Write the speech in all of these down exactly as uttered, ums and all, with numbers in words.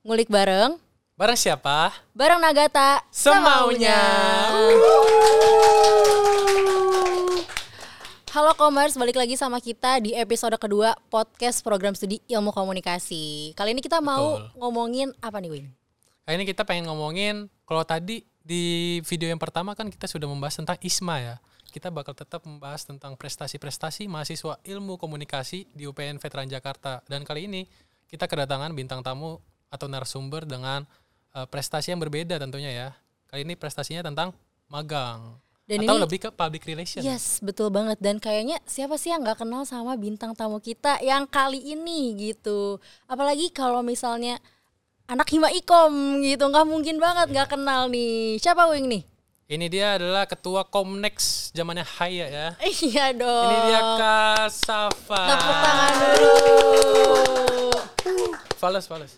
Ngulik bareng. Bareng siapa? Bareng Nagata Semaunya. Halo Komers, balik lagi sama kita di episode kedua podcast program studi ilmu komunikasi. Kali ini kita mau Betul. ngomongin apa nih, Win? Kali ini kita pengen ngomongin, kalau tadi di video yang pertama kan kita sudah membahas tentang ISMA ya. Kita bakal tetap membahas tentang prestasi-prestasi mahasiswa ilmu komunikasi di U P N Veteran Jakarta. Dan kali ini kita kedatangan bintang tamu atau narasumber dengan uh, prestasi yang berbeda tentunya ya. Kali ini prestasinya tentang magang. Dan atau ini, lebih ke public relation. Yes, betul banget. Dan kayaknya siapa sih yang gak kenal sama bintang tamu kita yang kali ini gitu. Apalagi kalau misalnya anak Hima Ikom gitu, gak mungkin banget gak kenal nih. Siapa Wing nih? Ini dia adalah ketua Komnex zamannya Haya ya. Iya dong. Ini dia Kak Safa. Tepuk tangan dulu. Fales, fales.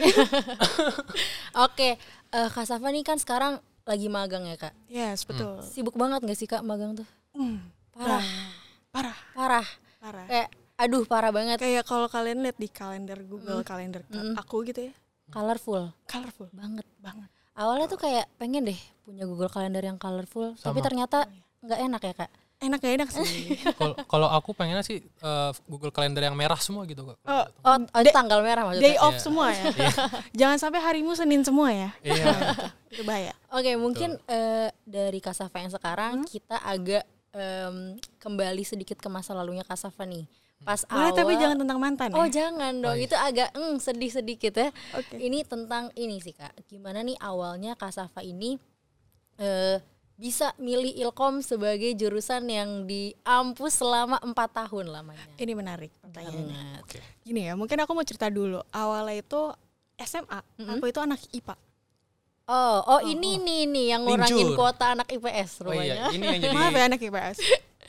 Oke, uh, Kak Safa nih kan sekarang lagi magang ya Kak? Yes, betul. Hmm. Sibuk banget gak sih Kak magang tuh? Hmm, Parah. Parah. Parah. Parah. Kayak aduh parah banget. Kayak kalau kalian lihat di kalender Google mm. kalender mm. aku gitu ya. Colorful. Colorful banget. Banget. Awalnya tuh kayak pengen deh punya Google Calendar yang colorful, sama. Tapi ternyata nggak enak ya Kak. Enak ya enak sih. Kalau aku pengennya sih uh, Google Calendar yang merah semua gitu Kak. Oh, oh, oh day, tanggal merah maksudnya. Day off yeah. semua ya. Jangan sampai harimu Senin semua ya. Iya. Itu bahaya. Oke, okay, mungkin uh, dari Kak Safa yang sekarang hmm? kita agak um, kembali sedikit ke masa lalunya Kak Safa nih. Pas Boleh, awal, tapi jangan tentang mantan ya. Oh jangan dong, oh, iya. Itu agak mm, sedih sedikit ya. Okay. Ini tentang ini sih Kak, gimana nih awalnya Kak Safa ini uh, bisa milih Ilkom sebagai jurusan yang diampus selama empat tahun lamanya. Ini menarik pertanyaannya. Okay. Gini ya, mungkin aku mau cerita dulu. Awalnya itu S M A, mm-hmm. aku itu anak I P A. Oh, oh, oh ini oh. nih nih yang ngurangin kuota anak I P S rupanya. Oh iya, ini yang jadi. Maaf ya anak I P S.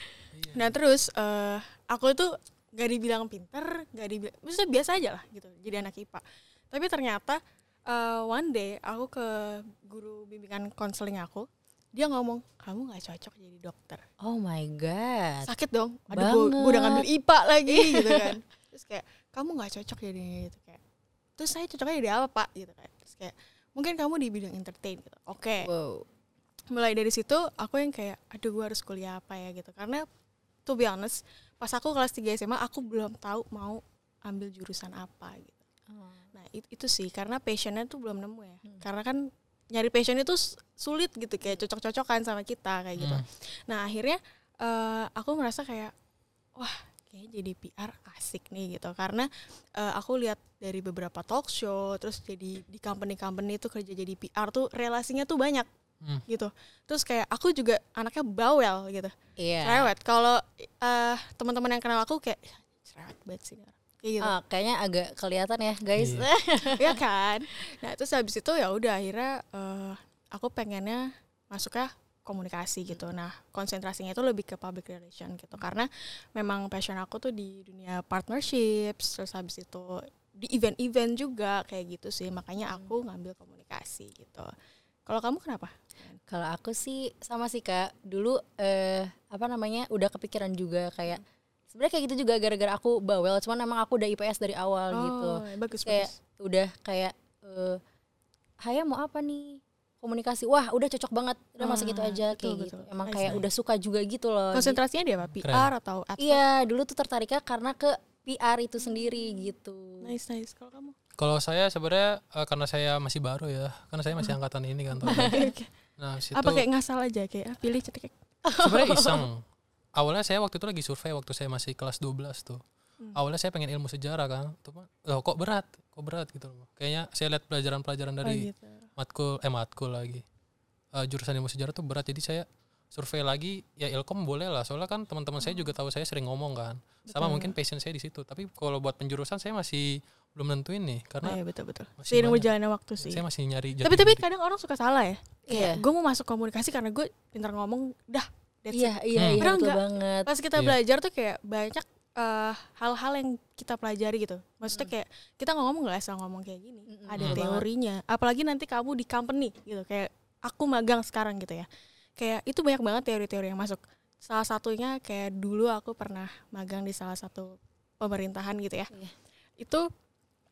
Nah terus uh, aku itu gak dibilang pinter, gak dibilang, maksudnya biasa aja lah gitu, jadi anak I P A. Tapi ternyata uh, one day aku ke guru bimbingan konseling aku, dia ngomong, kamu gak cocok jadi dokter. Oh my god. Sakit dong, aduh gue udah ngambil I P A lagi gitu kan. Terus kayak, kamu gak cocok jadi gitu kayak. Terus saya cocoknya jadi apa Pak gitu kan. Terus kayak, mungkin kamu di bidang entertain gitu. Oke. Okay. Wow. Mulai dari situ aku yang kayak, aduh gue harus kuliah apa ya gitu. Karena to be honest, pas aku kelas tiga S M A aku belum tahu mau ambil jurusan apa gitu. Oh. Nah itu, itu sih karena passionnya tuh belum nemu ya. Hmm. Karena kan nyari passion itu sulit gitu, kayak cocok-cocokan sama kita kayak gitu. Hmm. Nah akhirnya uh, aku merasa kayak wah kayaknya jadi P R asik nih gitu. Karena uh, aku lihat dari beberapa talk show, terus jadi di company-company itu kerja jadi P R tuh relasinya tuh banyak. Hmm. Gitu. Terus kayak aku juga anaknya bawel gitu. Iya. Yeah. Cerewet. Kalau uh, teman-teman yang kenal aku kayak cerewet banget sih. Kayak gitu. Oh, kayaknya agak kelihatan ya, guys. Iya ya kan. Nah, terus habis itu ya udah akhirnya uh, aku pengennya masuknya komunikasi gitu. Nah, konsentrasinya itu lebih ke public relation gitu. Karena memang passion aku tuh di dunia partnerships, terus habis itu di event-event juga kayak gitu sih. Makanya aku ngambil komunikasi gitu. Kalau kamu kenapa? Kalau aku sih sama sih Kak. Dulu eh, apa namanya udah kepikiran juga kayak sebenarnya kayak gitu juga gara-gara aku bawel. Cuman emang aku udah I P S dari awal oh, gitu. Bagus, kayak bagus. Udah kayak eh, Haya mau apa nih? Komunikasi. Wah udah cocok banget. Udah oh, masuk itu aja betul, kayak betul. Gitu. Emang nice, kayak nice. Udah suka juga gitu loh. Konsentrasinya dia apa? P R Keren. Atau advert? Iya dulu tuh tertariknya karena ke P R itu sendiri gitu. Nice nice. Kalau kamu? Kalau saya sebenarnya uh, karena saya masih baru ya, karena saya masih angkatan ini kan. okay, okay. Nah, situ, apa kayak ngasal aja kayak pilih cetek. Sebenarnya iseng. Awalnya saya waktu itu lagi survei waktu saya masih kelas dua belas tuh. Hmm. Awalnya saya pengen ilmu sejarah kan. Tuh, oh, kok berat, kok berat gitu loh. Kayaknya saya lihat pelajaran-pelajaran dari oh, gitu. matkul, eh matkul lagi. Uh, jurusan ilmu sejarah tuh berat, jadi saya survei lagi ya Ilkom boleh lah. Soalnya kan teman-teman hmm. saya juga tahu saya sering ngomong kan. Betul. Sama mungkin passion saya di situ. Tapi kalau buat penjurusan saya masih belum nentuin nih karena oh, iya, betul betul. Seiring berjalannya waktu sih. Saya masih nyari. Tapi tapi kadang orang suka salah ya. Iya. Gue mau masuk komunikasi karena gue pintar ngomong, dah. Iya iya hmm. iya betul banget. Pas kita yeah. belajar tuh kayak banyak uh, hal-hal yang kita pelajari gitu. Maksudnya kayak kita ngomong nggak asal ngomong kayak gini. Mm-hmm. Ada hmm. teorinya. Apalagi nanti kamu di company gitu. Kayak aku magang sekarang gitu ya. Kayak itu banyak banget teori-teori yang masuk. Salah satunya kayak dulu aku pernah magang di salah satu pemerintahan gitu ya. Yeah. Itu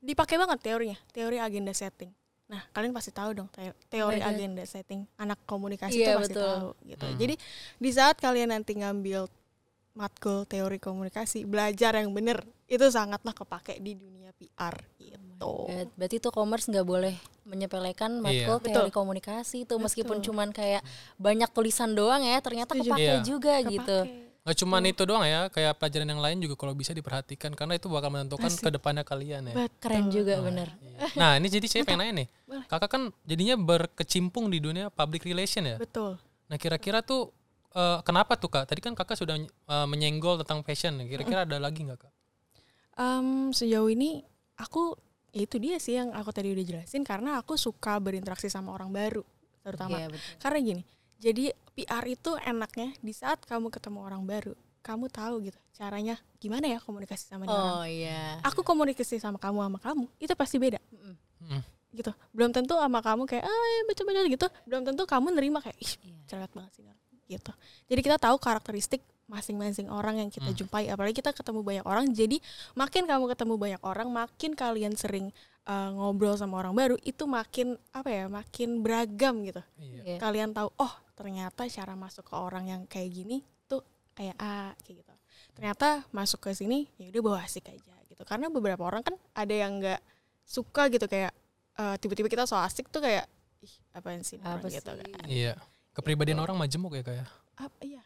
dipakai banget teorinya, teori agenda setting. Nah, kalian pasti tahu dong teori Agenda. agenda setting. Anak komunikasi Iya, itu pasti betul. tahu gitu. Hmm. Jadi di saat kalian nanti ngambil matkul teori komunikasi, belajar yang bener itu sangatlah kepake di dunia P R gitu. Ya, berarti tuh commerce nggak boleh menyepelekan matkul Iya. teori Betul. komunikasi itu, meskipun Betul. cuman kayak banyak tulisan doang ya, ternyata Setuju. kepake Iya. juga Kepake. gitu. Nggak cuma itu doang ya, kayak pelajaran yang lain juga kalau bisa diperhatikan karena itu bakal menentukan Asik. kedepannya kalian ya. Betul. Keren juga bener. Nah ini jadi saya pengen nanya nih, Boleh. kakak kan jadinya berkecimpung di dunia public relation ya. Betul. Nah kira-kira tuh eh, kenapa tuh kak? Tadi kan kakak sudah eh, menyenggol tentang fashion, kira-kira ada lagi nggak kak? Um, sejauh ini aku ya itu dia sih yang aku tadi udah jelasin, karena aku suka berinteraksi sama orang baru terutama. Iya, betul. Karena gini, jadi P R itu enaknya di saat kamu ketemu orang baru, kamu tahu gitu caranya gimana ya komunikasi sama dia orang. Oh iya. Aku komunikasi sama kamu sama kamu itu pasti beda Hmm. gitu. Belum tentu sama kamu kayak ah ya, baca-baca gitu, belum tentu kamu nerima kayak ih Iya. cerewet banget sih gitu. Jadi kita tahu karakteristik masing-masing orang yang kita Hmm. jumpai, apalagi kita ketemu banyak orang. Jadi makin kamu ketemu banyak orang, makin kalian sering uh, ngobrol sama orang baru, itu makin apa ya, makin beragam gitu. Iya. Iya. Kalian tahu oh ternyata cara masuk ke orang yang kayak gini tuh kayak A kayak gitu. Ternyata masuk ke sini ya udah bawa asik aja gitu. Karena beberapa orang kan ada yang nggak suka gitu, kayak uh, tiba-tiba kita so asik tuh kayak ih apaan sih orang Apa gitu sih? kan. Iya. Kepribadian orang majemuk ya kayak. Apa iya.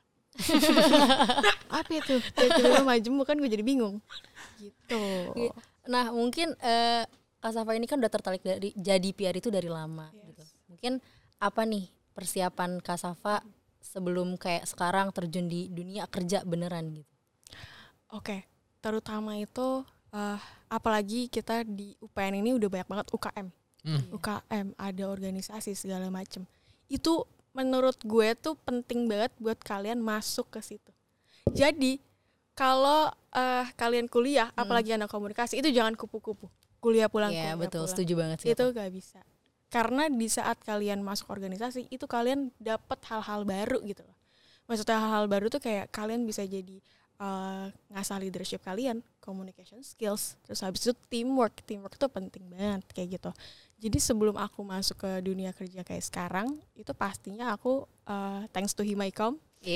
Apa itu? Tiba-tiba majemuk kan gue jadi bingung. Gitu. Iya. Nah mungkin eh, Kak Safa ini kan udah tertarik dari jadi P R itu dari lama Yes. gitu. Mungkin apa nih persiapan Kak Safa sebelum kayak sekarang terjun di dunia kerja beneran gitu? Oke, terutama itu uh, apalagi kita di U P N ini udah banyak banget U K M. Hmm. U K M, ada organisasi segala macem. Itu menurut gue tuh penting banget buat kalian masuk ke situ. Jadi kalau uh, kalian kuliah, Hmm. apalagi anak komunikasi, itu jangan kupu-kupu. Kuliah pulang, Iya kuliah betul, pulang. setuju banget sih. Itu aku. gak bisa. Karena di saat kalian masuk organisasi, itu kalian dapat hal-hal baru gitu loh. Maksudnya hal-hal baru tuh kayak kalian bisa jadi uh, ngasah leadership kalian, communication skills, terus habis itu teamwork. Teamwork tuh penting banget kayak gitu. Jadi sebelum aku masuk ke dunia kerja kayak sekarang, itu pastinya aku uh, thanks to Himaikom.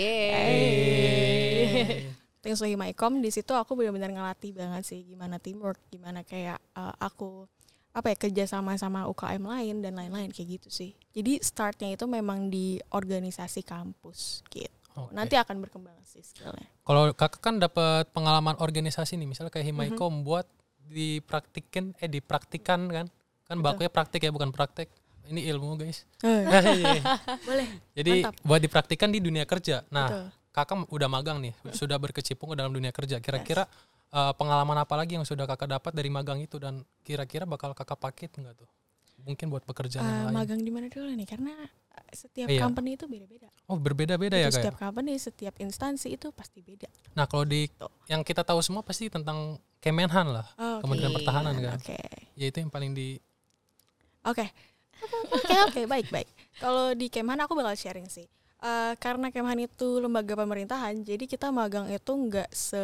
Yeay. Thanks to Himaikom, di situ aku benar-benar ngelatih banget sih gimana teamwork, gimana kayak uh, aku apa ya kerja sama sama U K M lain dan lain-lain kayak gitu sih. Jadi startnya itu memang di organisasi kampus gitu. Oke. Nanti akan berkembang sih skillnya. Kalau kakak kan dapat pengalaman organisasi nih, misalnya kayak Mm-hmm. Himaikom buat dipraktikin, eh dipraktikan kan? Kan Betul. bakunya praktik ya, bukan praktek. Ini ilmu guys. Eh, boleh. Jadi Mantap. buat dipraktikan di dunia kerja. Nah, Betul. kakak udah magang nih, sudah berkecimpung ke dalam dunia kerja. Kira-kira uh, pengalaman apa lagi yang sudah kakak dapat dari magang itu dan kira-kira bakal kakak pakai nggak tuh? Mungkin buat pekerjaan yang Uh, lain. magang di mana dulu nih? Karena uh, setiap Iya. company itu beda-beda. Oh berbeda-beda ya Itu kayak. setiap company, setiap instansi itu pasti beda. Nah kalau di Tuh. yang kita tahu semua pasti tentang Kemenhan lah, Oh, Kementerian oke. Pertahanan kan. Oke. Ya itu yang paling di. Oke. Oke, oke, baik, baik. Kalau di Kemhan aku bakal sharing sih. Uh, karena Kemhan itu lembaga pemerintahan, jadi kita magang itu nggak se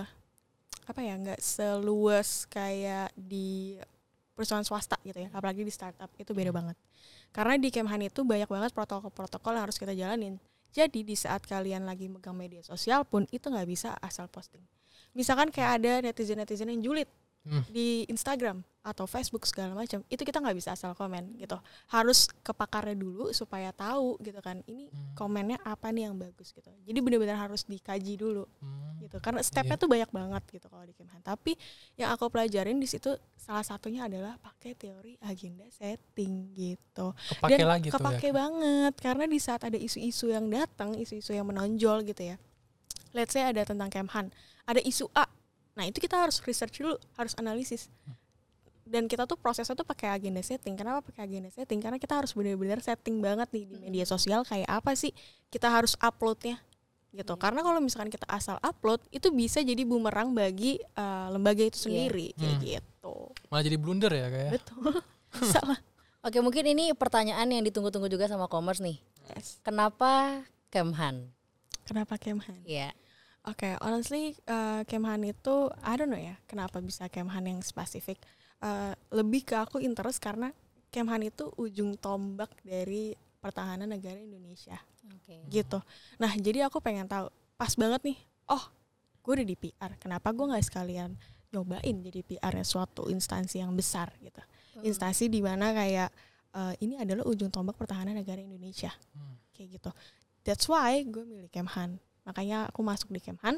apa ya, nggak seluas kayak di perusahaan swasta gitu ya, apalagi di startup itu beda banget. Karena di Kemhan itu banyak banget protokol-protokol yang harus kita jalanin. Jadi di saat kalian lagi megang media sosial pun itu nggak bisa asal posting. Misalkan kayak ada netizen-netizen yang julid Hmm. di Instagram atau Facebook segala macam, itu kita nggak bisa asal komen gitu. Harus ke pakarnya dulu supaya tahu gitu kan, ini Hmm. komennya apa nih yang bagus gitu. Jadi benar-benar harus dikaji dulu Hmm. gitu. Karena stepnya Iya. tuh banyak banget gitu kalau di Kemhan. Tapi yang aku pelajarin di situ salah satunya adalah pakai teori agenda setting gitu. Kepake Dan lagi tuh kepake ya. banget karena di saat ada isu-isu yang datang, isu-isu yang menonjol gitu ya. Let's say ada tentang Kemhan, ada isu A. Nah, itu kita harus research dulu, harus analisis. Dan kita tuh prosesnya tuh pakai agenda setting. Kenapa pakai agenda setting? Karena kita harus benar-benar setting banget nih di media sosial kayak apa sih kita harus uploadnya gitu. Karena kalau misalkan kita asal upload, itu bisa jadi bumerang bagi uh, lembaga itu sendiri kayak Hmm. gitu. Malah jadi blunder ya kayak. Betul. Bisa lah. Oke mungkin ini pertanyaan yang ditunggu-tunggu juga sama Commerce nih. Yes. Kenapa Kemhan? Kenapa Kemhan? Iya. Oke, okay, honestly uh, Kemhan itu I don't know ya kenapa bisa Kemhan yang spesifik. uh, lebih ke aku interest karena Kemhan itu ujung tombak dari pertahanan negara Indonesia. Okay. Gitu. Nah, jadi aku pengen tahu, pas banget nih, oh gue udah di P R, kenapa gue gak sekalian nyobain jadi P R-nya suatu instansi yang besar gitu. Hmm. Instansi di mana kayak uh, ini adalah ujung tombak pertahanan negara Indonesia. Hmm. Kayak gitu. That's why gue milih Kemhan. Makanya aku masuk di Kemhan.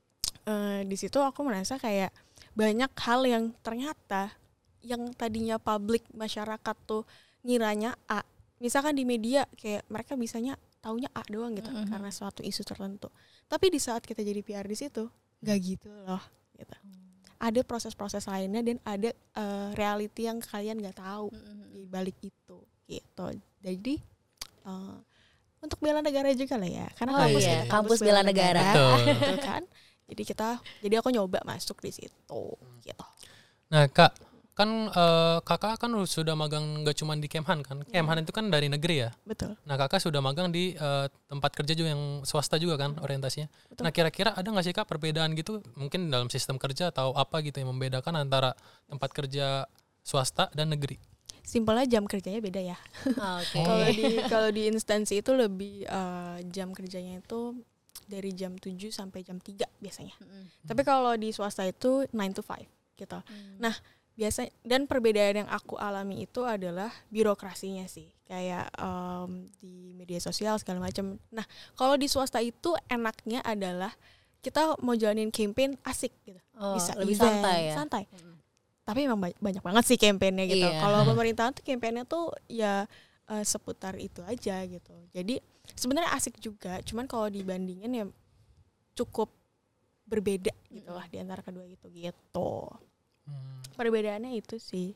Uh, di situ aku merasa kayak banyak hal yang ternyata yang tadinya publik masyarakat tuh ngiranya A. Misalkan di media kayak mereka bisanya taunya A doang gitu mm-hmm. karena suatu isu tertentu. Tapi di saat kita jadi P R di situ nggak gitu loh. Gitu. Mm. Ada proses-proses lainnya dan ada uh, reality yang kalian nggak tahu mm-hmm. di balik itu. Gitu. Jadi uh, untuk bela negara juga lah ya. Karena oh kampus, iya. kampus, kampus bela negara. Betul. Gitu kan. Jadi kita, jadi aku nyoba masuk di situ. Gitu. Nah Kak, kan uh, kakak kan sudah magang gak cuma di Kemhan kan, Kemhan yeah. itu kan dari negeri ya. Betul. Nah kakak sudah magang di uh, tempat kerja juga yang swasta juga kan orientasinya. Betul. Nah kira-kira ada nggak sih Kak perbedaan gitu, mungkin dalam sistem kerja atau apa gitu yang membedakan antara tempat kerja swasta dan negeri? Simpelnya jam kerjanya beda ya. Okay. Kalau di kalau di instansi itu lebih uh, jam kerjanya itu dari jam tujuh sampai jam tiga biasanya. Mm-hmm. Tapi kalau di swasta itu nine to five gitu. Mm. Nah, biasa dan perbedaan yang aku alami itu adalah birokrasinya sih. Kayak um, di media sosial segala macam. Nah, kalau di swasta itu enaknya adalah kita mau jalanin campaign asik gitu. Oh, bisa lebih event, santai ya. Santai. Mm-hmm. Tapi memang banyak banget sih campaignnya gitu. Iya. Kalau pemerintahan tuh campaignnya tuh ya uh, seputar itu aja gitu. Jadi sebenarnya asik juga, cuman kalau dibandingin ya cukup berbeda gitu lah di antara kedua itu gitu. Hmm. Perbedaannya itu sih.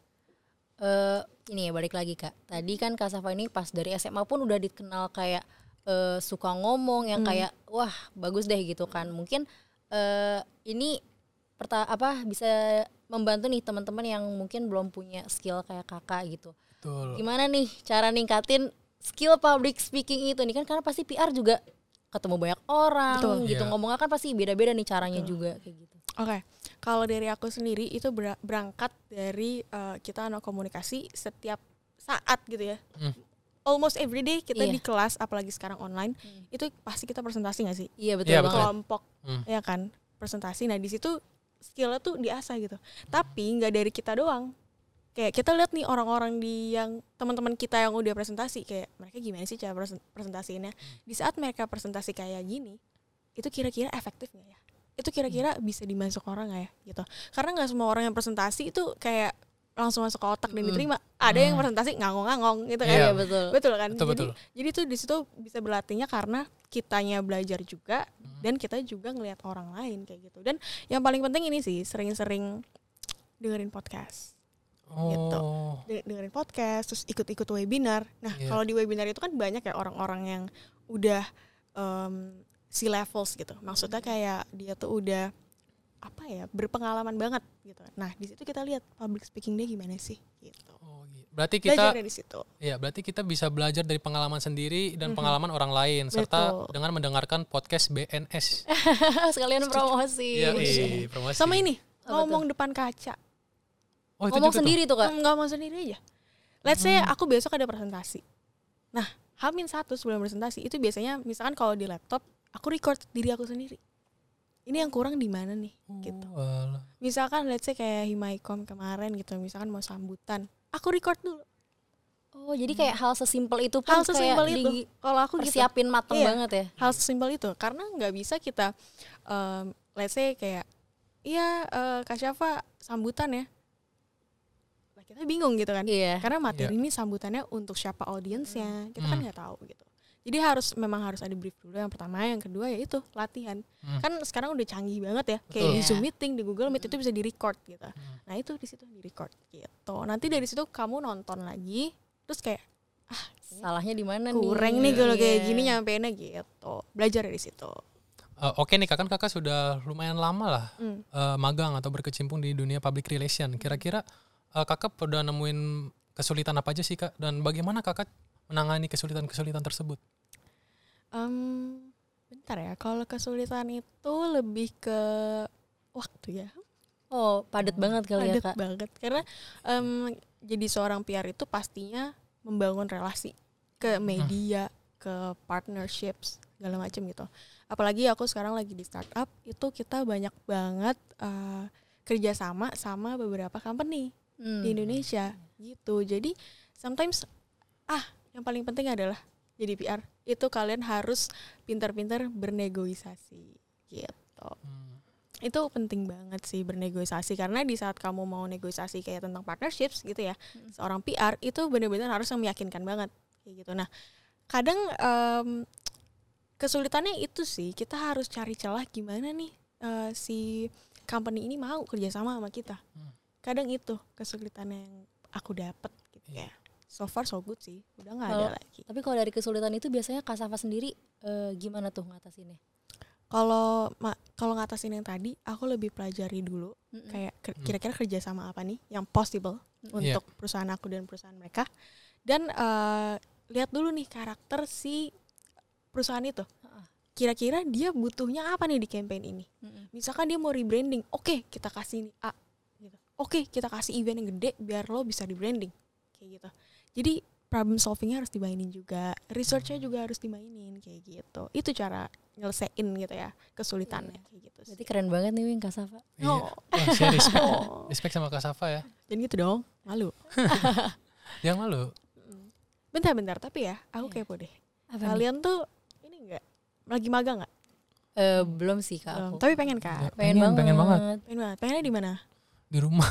Uh, ini ya balik lagi Kak. Tadi kan Kak Safa ini pas dari S M A pun udah dikenal kayak uh, suka ngomong yang hmm. kayak wah bagus deh gitu kan. Mungkin uh, ini perta- apa bisa membantu nih teman-teman yang mungkin belum punya skill kayak Kakak gitu. Betul. Gimana nih cara ningkatin skill public speaking itu nih kan, karena pasti P R juga ketemu banyak orang. Betul. Gitu yeah. Ngomongnya kan pasti beda-beda nih caranya. Betul. Juga kayak gitu. Oke, okay. Kalau dari aku sendiri itu berangkat dari uh, kita anak komunikasi setiap saat gitu ya. Hmm. Almost every day kita yeah. di kelas, apalagi sekarang online, hmm. itu pasti kita presentasi nggak sih? Iya betul. Yeah, kelompok, hmm. ya kan, presentasi. Nah di situ skillnya tuh diasah gitu. Hmm. Tapi nggak dari kita doang. Kayak kita lihat nih orang-orang di yang teman-teman kita yang udah presentasi, kayak mereka gimana sih cara presentasinya. Di saat mereka presentasi kayak gini, itu kira-kira efektif nggak ya? Itu kira-kira bisa dimasuk orang nggak ya? Gitu. Karena nggak semua orang yang presentasi itu kayak langsung masuk ke otak dan diterima. Ada yang presentasi ngangong-ngangong gitu kan? Iya betul. Betul kan? Betul, jadi betul. jadi tuh di situ bisa berlatihnya karena kitanya belajar juga dan kita juga ngelihat orang lain kayak gitu. Dan yang paling penting ini sih sering-sering dengerin podcast. Oh. Gitu. Dengerin podcast, terus ikut-ikut webinar. Nah, yeah. kalau di webinar itu kan banyak ya orang-orang yang udah um, C-levels gitu. Maksudnya kayak dia tuh udah apa ya, berpengalaman banget gitu. Nah, di situ kita lihat public speaking dia gimana sih gitu. Oh, berarti kita belajar dari situ. Iya, berarti kita bisa belajar dari pengalaman sendiri dan mm-hmm. pengalaman orang lain. Betul. Serta dengan mendengarkan podcast B N S. Sekalian promosi. Iya, iya, promosi. Sama ini, ngomong oh, depan kaca. Oh, ngomong sendiri tuh, tuh Kak? Ngomong sendiri aja. Let's say hmm. aku besok ada presentasi. Nah, hamin satu sebelum presentasi itu biasanya misalkan kalau di laptop aku record diri aku sendiri. Ini yang kurang di mana nih? Oh, gitu. Alah. Misalkan let's say kayak Himaikom kemarin gitu, misalkan mau sambutan, aku record dulu. Oh, jadi kayak hmm. hal sesimpel itu pun hal sesimpel kayak itu. Kalau aku persiapin gitu. mateng iya, banget ya. Hal sesimpel itu karena nggak bisa kita um, let's say kayak iya uh, Kak Syafa sambutan ya. Kita bingung gitu kan, iya. karena materi iya. ini sambutannya untuk siapa audiensnya, kita hmm. kan nggak tahu gitu. Jadi harus memang harus ada brief dulu yang pertama, yang kedua ya itu latihan. Hmm. Kan sekarang udah canggih banget ya, kayak Betul. di Zoom meeting, di Google Meet itu bisa di record gitu. Hmm. Nah itu di situ di record gitu. Nanti dari situ kamu nonton lagi, terus kayak ah salahnya di mana nih? Kurang nih kalau kayak gini nyampeinnya gitu. Belajar dari situ. Uh, Oke okay nih, kan kakak sudah lumayan lama lah hmm. uh, magang atau berkecimpung di dunia public relation. Kira-kira Uh, kakak udah nemuin kesulitan apa aja sih Kak? Dan bagaimana kakak menangani kesulitan-kesulitan tersebut? Um, bentar ya, kalau kesulitan itu lebih ke waktu ya. Oh, padat banget kali ya, Padat Kak. banget karena em, jadi seorang P R itu pastinya membangun relasi ke media, ke partnerships segala macam gitu. Apalagi aku sekarang lagi di startup, itu kita banyak banget uh, kerjasama sama beberapa company Hmm. di Indonesia gitu. Jadi sometimes ah yang paling penting adalah jadi P R itu kalian harus pintar-pintar bernegosiasi gitu. Hmm. Itu penting banget sih bernegosiasi karena di saat kamu mau negosiasi kayak tentang partnerships gitu ya, hmm. seorang P R itu benar-benar harus yang meyakinkan banget kayak gitu. Nah, kadang um, kesulitannya itu sih kita harus cari celah gimana nih uh, si company ini mau kerjasama sama kita. Hmm. Kadang itu kesulitannya yang aku dapat gitu ya. So far so good sih, udah nggak ada lagi. Tapi kalau dari kesulitan itu biasanya Kak Safa sendiri uh, gimana tuh ngatasinnya? Kalau ma- kalau ngatasin yang tadi, aku lebih pelajari dulu mm-hmm. kayak kira-kira kerja sama apa nih yang possible mm-hmm. untuk yeah. perusahaan aku dan perusahaan mereka. Dan uh, lihat dulu nih karakter si perusahaan itu. Kira-kira dia butuhnya apa nih di campaign ini? Mm-hmm. Misalkan dia mau rebranding, oke okay, kita kasih nih A. Gitu. Oke okay, kita kasih event yang gede biar lo bisa di branding kayak gitu. Jadi problem solvingnya harus dimainin juga, researchnya juga harus dimainin kayak gitu. Itu cara nyelesain gitu ya kesulitannya yeah. kayak gitu. Berarti keren banget nih Wing Kak Safa. Iya. Oh. Wah, saya respect, oh. respect sama Kak Safa ya. Dan gitu dong, malu. Yang malu. Bentar-bentar tapi ya, aku yeah. kepo deh. Apa Kalian nih? Tuh ini enggak lagi magang enggak? Uh, belum sih Kak. Belum. Tapi pengen kan? Ya, pengen, pengen banget. Pengen banget. Pengen banget. Pengennya di mana? Di rumah.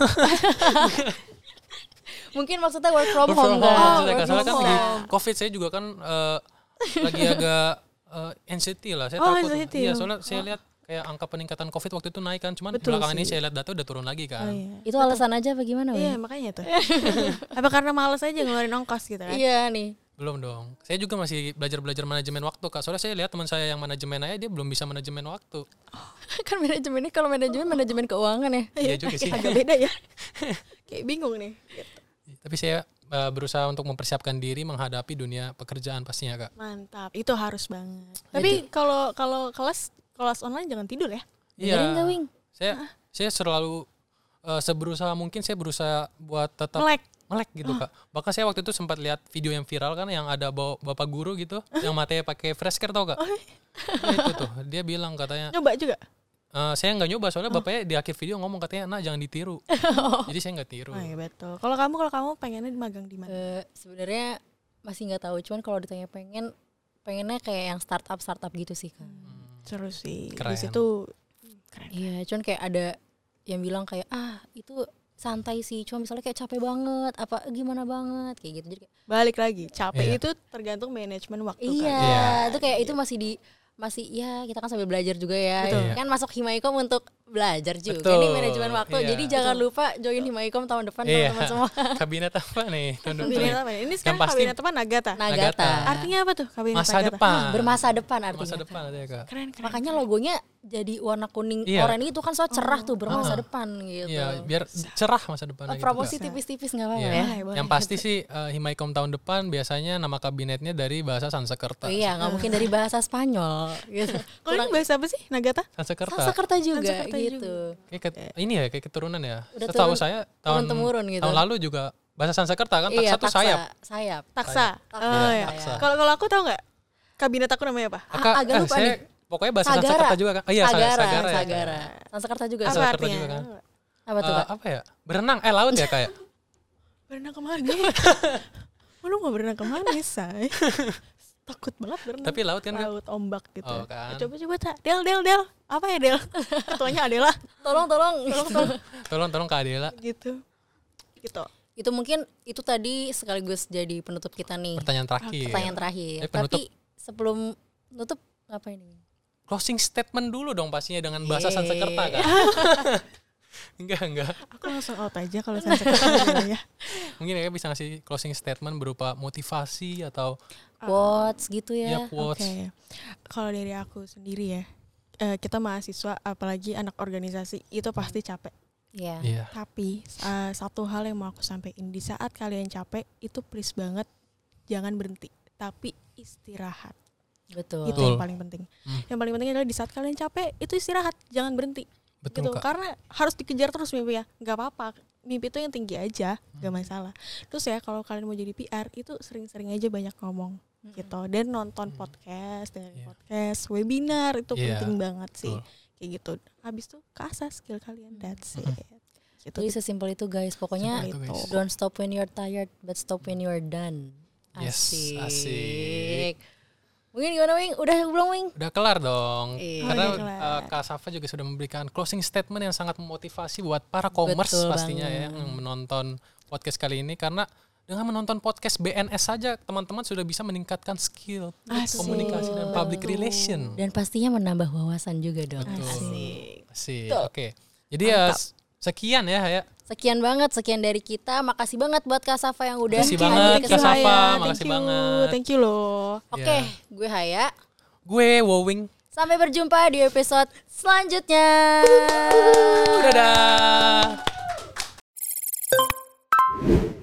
Mungkin maksudnya work from work home from home. kan? Work from kan lagi COVID saya juga kan uh, lagi agak uh, anxiety lah. Saya oh, takut. Anxiety. Iya, soalnya oh. saya lihat kayak angka peningkatan COVID waktu itu naik kan, cuman Betul belakangan sih. ini saya lihat data udah turun lagi kan. Oh, iya. Itu Betul. Alasan aja apa gimana? Iya, makanya tuh. Apa karena malas aja ngeluarin ongkos gitu kan? Iya nih. Belum dong. Saya juga masih belajar-belajar manajemen waktu Kak. Soalnya saya lihat teman saya yang manajemen aja dia belum bisa manajemen waktu. Oh, kan manajemen ini kalau manajemen manajemen keuangan ya. Iya juga sih. Agak beda ya. Kayak bingung nih. Gitu. Tapi saya uh, berusaha untuk mempersiapkan diri menghadapi dunia pekerjaan pastinya Kak. Mantap. Itu harus banget. Tapi kalau kalau kelas kelas online jangan tidur ya. Iya. Saya ah. saya selalu uh, seberusaha mungkin saya berusaha buat tetap melek. melek gitu oh. Kak. Bahkan saya waktu itu sempat lihat video yang viral kan yang ada bapak guru gitu yang matanya pakai fresh care tau Kak. Oh. Nah, itu tuh dia bilang katanya. Nyoba juga. Uh, saya nggak nyoba soalnya oh. bapaknya di akhir video ngomong katanya nak jangan ditiru. Oh. Jadi saya nggak tiru. Oh, iya betul. Kalau kamu kalau kamu pengennya magang di mana? Uh, sebenarnya masih nggak tahu cuman kalau ditanya pengen pengennya kayak yang startup startup gitu sih Kak. Hmm. Seru sih. Keren. Di situ keren. Iya, cuman kayak ada yang bilang kayak ah itu santai sih, cuma misalnya kayak capek banget, apa gimana banget kayak gitu. Jadi kayak, balik lagi, capek yeah. itu tergantung manajemen waktu iya, kan. Iya, yeah. itu kayak itu masih di masih ya kita kan sambil belajar juga ya. Betul. Kan masuk Himaikom untuk belajar juga Betul. nih manajemen waktu. Iya. Jadi jangan Betul. lupa join Himaikom tahun depan iya. teman-teman semua. Kabinet apa nih? Kabinet apa nih? Ini sekarang kabinet apa Nagata? Nagata. Artinya apa tuh kabinet Masa Nagata? depan. Ah, bermasa depan artinya. Masa depan ada ya Kak. Keren, keren. Makanya logonya jadi warna kuning iya. oranye itu kan soal cerah tuh bermasa oh. depan gitu. Iya, biar cerah masa depan. Oh, promosi gitu, tipis-tipis nggak apa-apa iya. ya. Boleh, yang pasti sih uh, Himaikom tahun depan biasanya nama kabinetnya dari bahasa Sanskerta. Oh, iya, nggak uh. mungkin dari bahasa Spanyol gitu. Kalau ini bahasa apa sih Nagata? Sanskerta. Sanskerta juga Sanskerta gitu. Juga. Kayak ke, ini ya kayak keturunan ya. Udah Setahu turun, saya tahun temurun gitu. tahun lalu juga bahasa Sanskerta kan iya, taksa tuh taksa, sayap. Sayap. Taksa. Taksa. Oh ya. Kalau kalau aku tahu nggak kabinet aku namanya apa? Aka, agak eh, lupa saya, nih. Pokoknya bahasa Sagara. Sanskerta juga kan. Oh iya, Sagara, Sagara. Ya, Sagara. Sanskerta juga. Apa Sanskerta artinya? juga kan. Apa tuh, Kak? Uh, apa ya? Berenang eh laut ya kayak. Berenang kemana? Lu mau berenang kemana, say? Takut banget berenang. Tapi laut kan? Laut ombak gitu. Oh, kan. Coba-coba tak. Del, Del, Del. Apa ya Del? Ketuanya Adela. Tolong, tolong. Tolong, tolong. Tolong, tolong Kak Adela. Gitu. Gitu. Itu mungkin itu tadi sekaligus jadi penutup kita nih. Pertanyaan terakhir. Pertanyaan terakhir. Eh, penutup. Tapi sebelum nutup ngapain ini? Closing statement dulu dong pastinya dengan bahasa Sanskerta kan. enggak, enggak. Aku langsung out aja kalau Sanskerta ya. Mungkin ya bisa ngasih closing statement berupa motivasi atau quotes gitu ya. Ya, quotes. Oke. Okay. Kalau dari aku sendiri ya, uh, kita mahasiswa apalagi anak organisasi itu pasti capek. Iya. Yeah. Yeah. Tapi uh, satu hal yang mau aku sampaikan, di saat kalian capek itu please banget jangan berhenti, tapi istirahat. Betul. Itu Betul. yang paling penting. Hmm. Yang paling penting adalah di saat kalian capek itu istirahat, jangan berhenti. Betul, gitu. Kak. Karena harus dikejar terus mimpinya. Nggak apa-apa, mimpi itu yang tinggi aja, nggak Hmm. masalah. Terus ya kalau kalian mau jadi P R itu sering-sering aja banyak ngomong gitu, dan nonton podcast, dengerin Iya. podcast, webinar itu Iya, penting banget sih. betul. Kayak gitu. Habis itu kasah skill kalian, that's it. Gitu. Jadi sesimpel itu guys, pokoknya Simpel itu, guys. don't stop when you're tired, but stop when you're done. Yes, asik. Mungkin gimana Wing? Udah belum Wing? Udah kelar dong. Iya. Karena Oh, udah kelar. uh, Kak Safa juga sudah memberikan closing statement yang sangat memotivasi buat para commerce Betul pastinya banget. ya yang menonton podcast kali ini, karena dengan menonton podcast B N S saja teman-teman sudah bisa meningkatkan skill Asik. komunikasi dan public relation. Dan pastinya menambah wawasan juga dong. Betul. Asik. Asik. Tuh. Oke. Jadi ya s- sekian ya ya. Sekian banget, sekian dari kita. Makasih banget buat Kak Safa yang udah Makasih hadir banget, ke Kak sini. Safa. Haya. makasih Thank you. banget. Thank you loh. Oke, Ya. gue Haya. Gue Wowing. Sampai berjumpa di episode selanjutnya. Dadah.